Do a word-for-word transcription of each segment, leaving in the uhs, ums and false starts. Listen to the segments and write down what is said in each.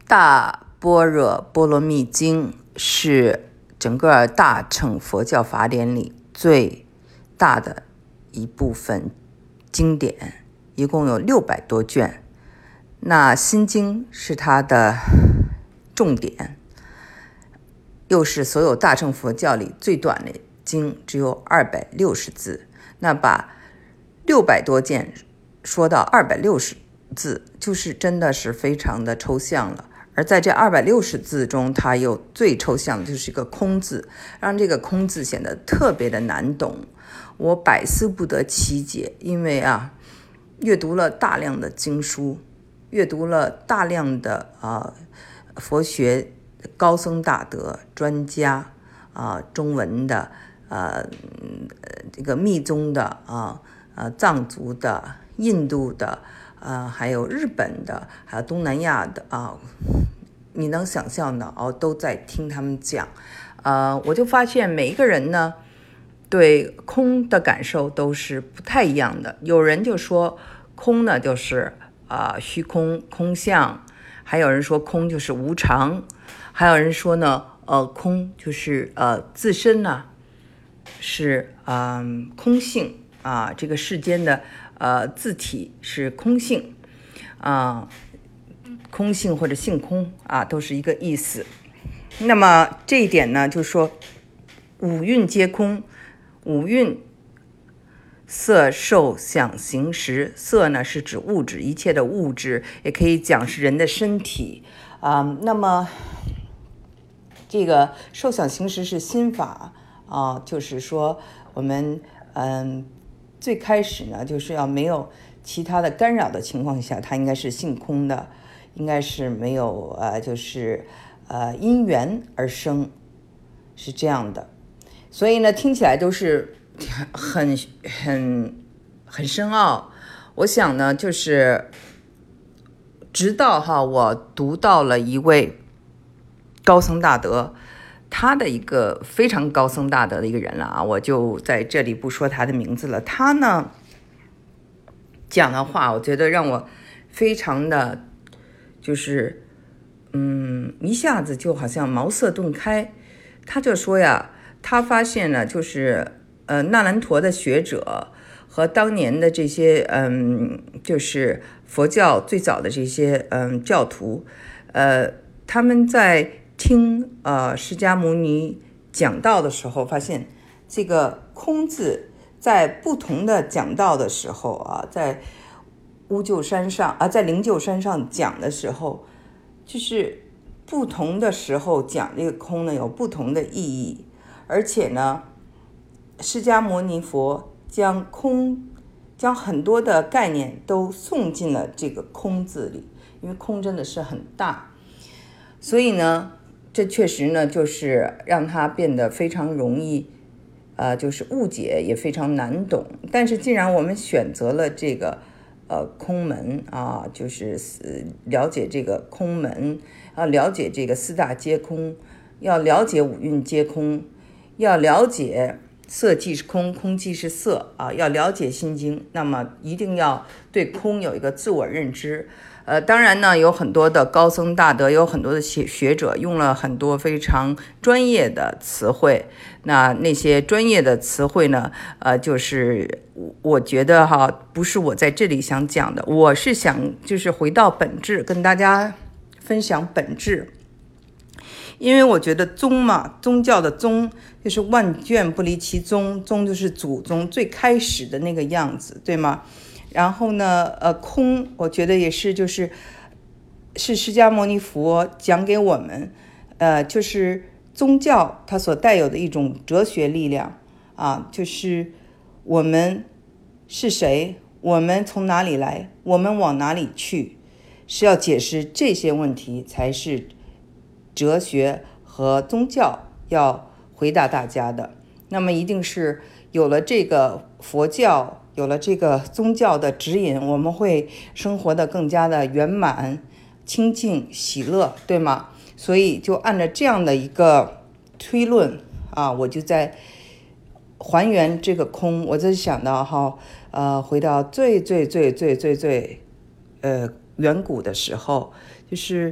大般若波罗蜜经是整个大乘佛教法典里最大的一部分经典，一共有六百多卷。那心经是它的重点，又是所有大乘佛教里最短的经，只有二百六十字。那把六百多件说到二百六十字，就是真的是非常的抽象了。而在这二百六十字中，它又最抽象的就是一个空字，让这个空字显得特别的难懂。我百思不得其解，因为啊，阅读了大量的经书，阅读了大量的啊佛学高僧大德专家啊，中文的呃这个密宗的啊呃藏族的、印度的呃还有日本的，还有东南亚的啊，你能想象的哦，都在听他们讲。呃，我就发现每一个人呢，对空的感受都是不太一样的。有人就说空呢就是啊、呃、虚空空相，还有人说空就是无常，还有人说呢呃空就是呃自身呢是嗯、呃、空性啊、呃，这个世间的呃自体是空性啊、呃，空性或者性空啊，都是一个意思。那么这一点呢，就是说五蕴皆空，五蕴色受想行识，色呢是指物质，一切的物质，也可以讲是人的身体啊、呃。那么这个受想行识是心法啊、呃，就是说我们嗯、呃、最开始呢，就是要没有其他的干扰的情况下，它应该是性空的，应该是没有呃就是呃因缘而生，是这样的。所以呢，听起来都是很很很深奥。我想呢，就是直到哈我读到了一位高僧大德，他的一个非常高僧大德的一个人了啊，我就在这里不说他的名字了。他呢讲的话，我觉得让我非常的就是嗯一下子就好像茅塞顿开。他就说呀，他发现呢，就是呃那兰陀的学者和当年的这些嗯就是佛教最早的这些嗯教徒，呃他们在听呃释迦牟尼讲道的时候，发现这个空字在不同的讲道的时候啊，在乌臼山上啊，在灵鹫山上讲的时候，就是不同的时候讲这个空呢有不同的意义。而且呢，释迦牟尼佛将空将很多的概念都送进了这个空字里，因为空真的是很大，所以呢这确实呢就是让它变得非常容易呃，就是误解也非常难懂。但是既然我们选择了这个呃空门啊，就是了解这个空门，要了解这个四大皆空，要了解五蕴皆空，要了解色即是空，空即是色啊，要了解心经，那么一定要对空有一个自我认知。呃，当然呢，有很多的高僧大德，有很多的学学者用了很多非常专业的词汇。那那些专业的词汇呢，呃，就是我觉得哈，不是我在这里想讲的，我是想就是回到本质，跟大家分享本质。因为我觉得宗嘛，宗教的宗就是万卷不离其宗，宗就是祖宗最开始的那个样子，对吗？然后呢，呃，空，我觉得也是，就是是释迦牟尼佛讲给我们，呃，就是宗教它所带有的一种哲学力量啊，就是我们是谁，我们从哪里来，我们往哪里去，是要解释这些问题，才是哲学和宗教要回答大家的。那么一定是有了这个佛教，有了这个宗教的指引，我们会生活的更加的圆满、清净、喜乐，对吗？所以就按照这样的一个推论啊，我就在还原这个空。我就想到哈，呃，回到最最最最最最呃远古的时候，就是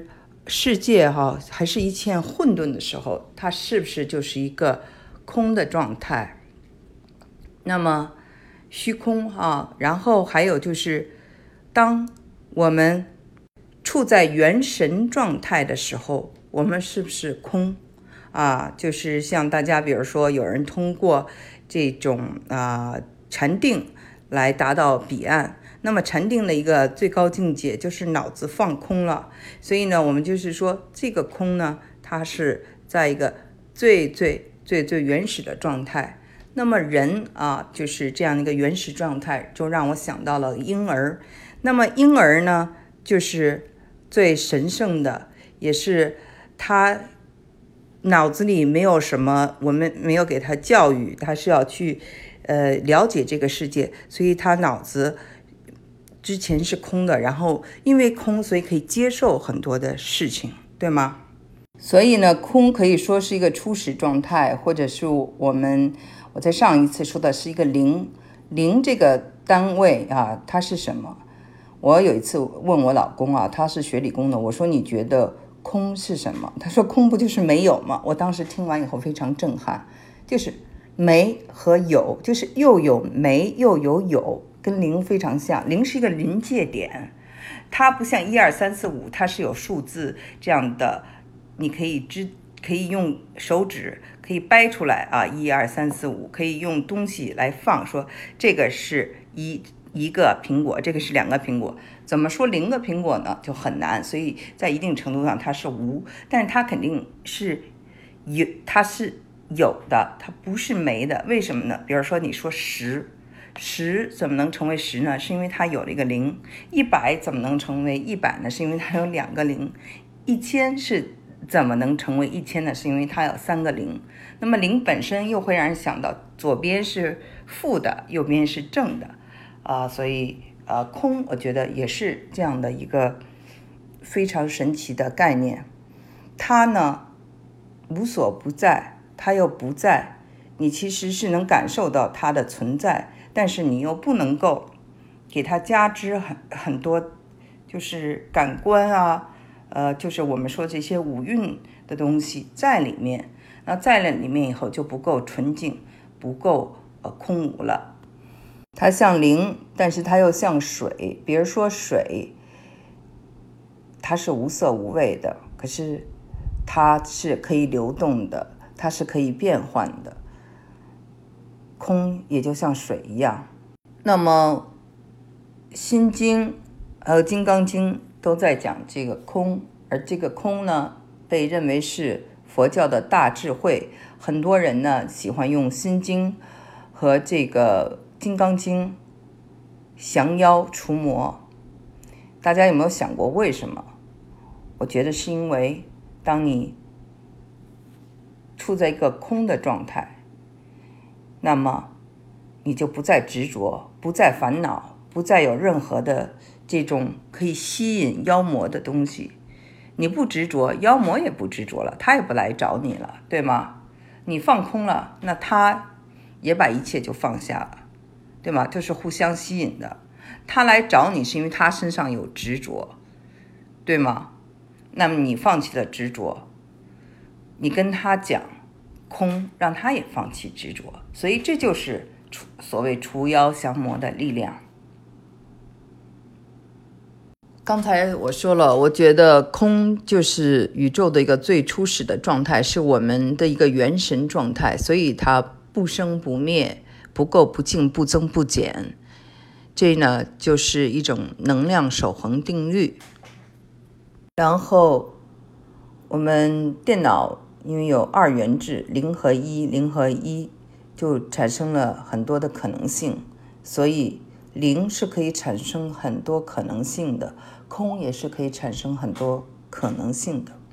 世界哈还是一片混沌的时候，它是不是就是一个空的状态？那么虚空啊，然后还有就是当我们处在元神状态的时候，我们是不是空啊？就是像大家比如说有人通过这种啊禅定来达到彼岸，那么禅定的一个最高境界就是脑子放空了，所以呢我们就是说这个空呢，它是在一个最最最最原始的状态。那么人啊，就是这样的一个原始状态，就让我想到了婴儿。那么婴儿呢，就是最神圣的，也是他脑子里没有什么，我们没有给他教育，他是要去呃了解这个世界，所以他脑子之前是空的，然后因为空，所以可以接受很多的事情，对吗？所以呢，空可以说是一个初始状态，或者是我们我在上一次说的是一个零零这个单位啊，它是什么？我有一次问我老公啊，他是学理工的，我说你觉得空是什么？他说空不就是没有吗？我当时听完以后非常震撼，就是没和有，就是又有没又有有，跟零非常像。零是一个临界点，它不像一二三四五，它是有数字这样的，你可以知可以用手指可以掰出来啊，一二三四五，可以用东西来放，说这个是一一个苹果，这个是两个苹果。怎么说零个苹果呢？就很难，所以在一定程度上它是无，但是它肯定是有，它是有的，它不是没的。为什么呢？比如说你说十，十怎么能成为十呢？是因为它有了一个零。一百怎么能成为一百呢？是因为它有两个零。一千是怎么能成为一千呢？是因为它有三个零。那么零本身又会让人想到左边是负的，右边是正的啊、呃，所以呃，空我觉得也是这样的一个非常神奇的概念。它呢无所不在，它又不在，你其实是能感受到它的存在，但是你又不能够给它加之很很多，就是感官啊，呃，就是我们说这些五蕴的东西在里面。那在了里面以后就不够纯净，不够呃空无了。它像零，但是它又像水。比如说水，它是无色无味的，可是它是可以流动的，它是可以变换的。空也就像水一样。那么心经还有金刚经都在讲这个空，而这个空呢被认为是佛教的大智慧。很多人呢喜欢用心经和这个金刚经降妖除魔。大家有没有想过为什么？我觉得是因为当你处在一个空的状态，那么你就不再执着，不再烦恼，不再有任何的这种可以吸引妖魔的东西。你不执着，妖魔也不执着了，他也不来找你了，对吗？你放空了，那他也把一切就放下了，对吗？这是互相吸引的。他来找你是因为他身上有执着，对吗？那么你放弃了执着，你跟他讲空，让他也放弃执着，所以这就是所谓除妖降魔的力量。刚才我说了，我觉得空就是宇宙的一个最初始的状态，是我们的一个元神状态，所以它不生不灭，不垢不净，不增不减。这呢就是一种能量守恒定律。然后我们电脑因为有二元制，零和一，零和一就产生了很多的可能性，所以零是可以产生很多可能性的，空也是可以产生很多可能性的。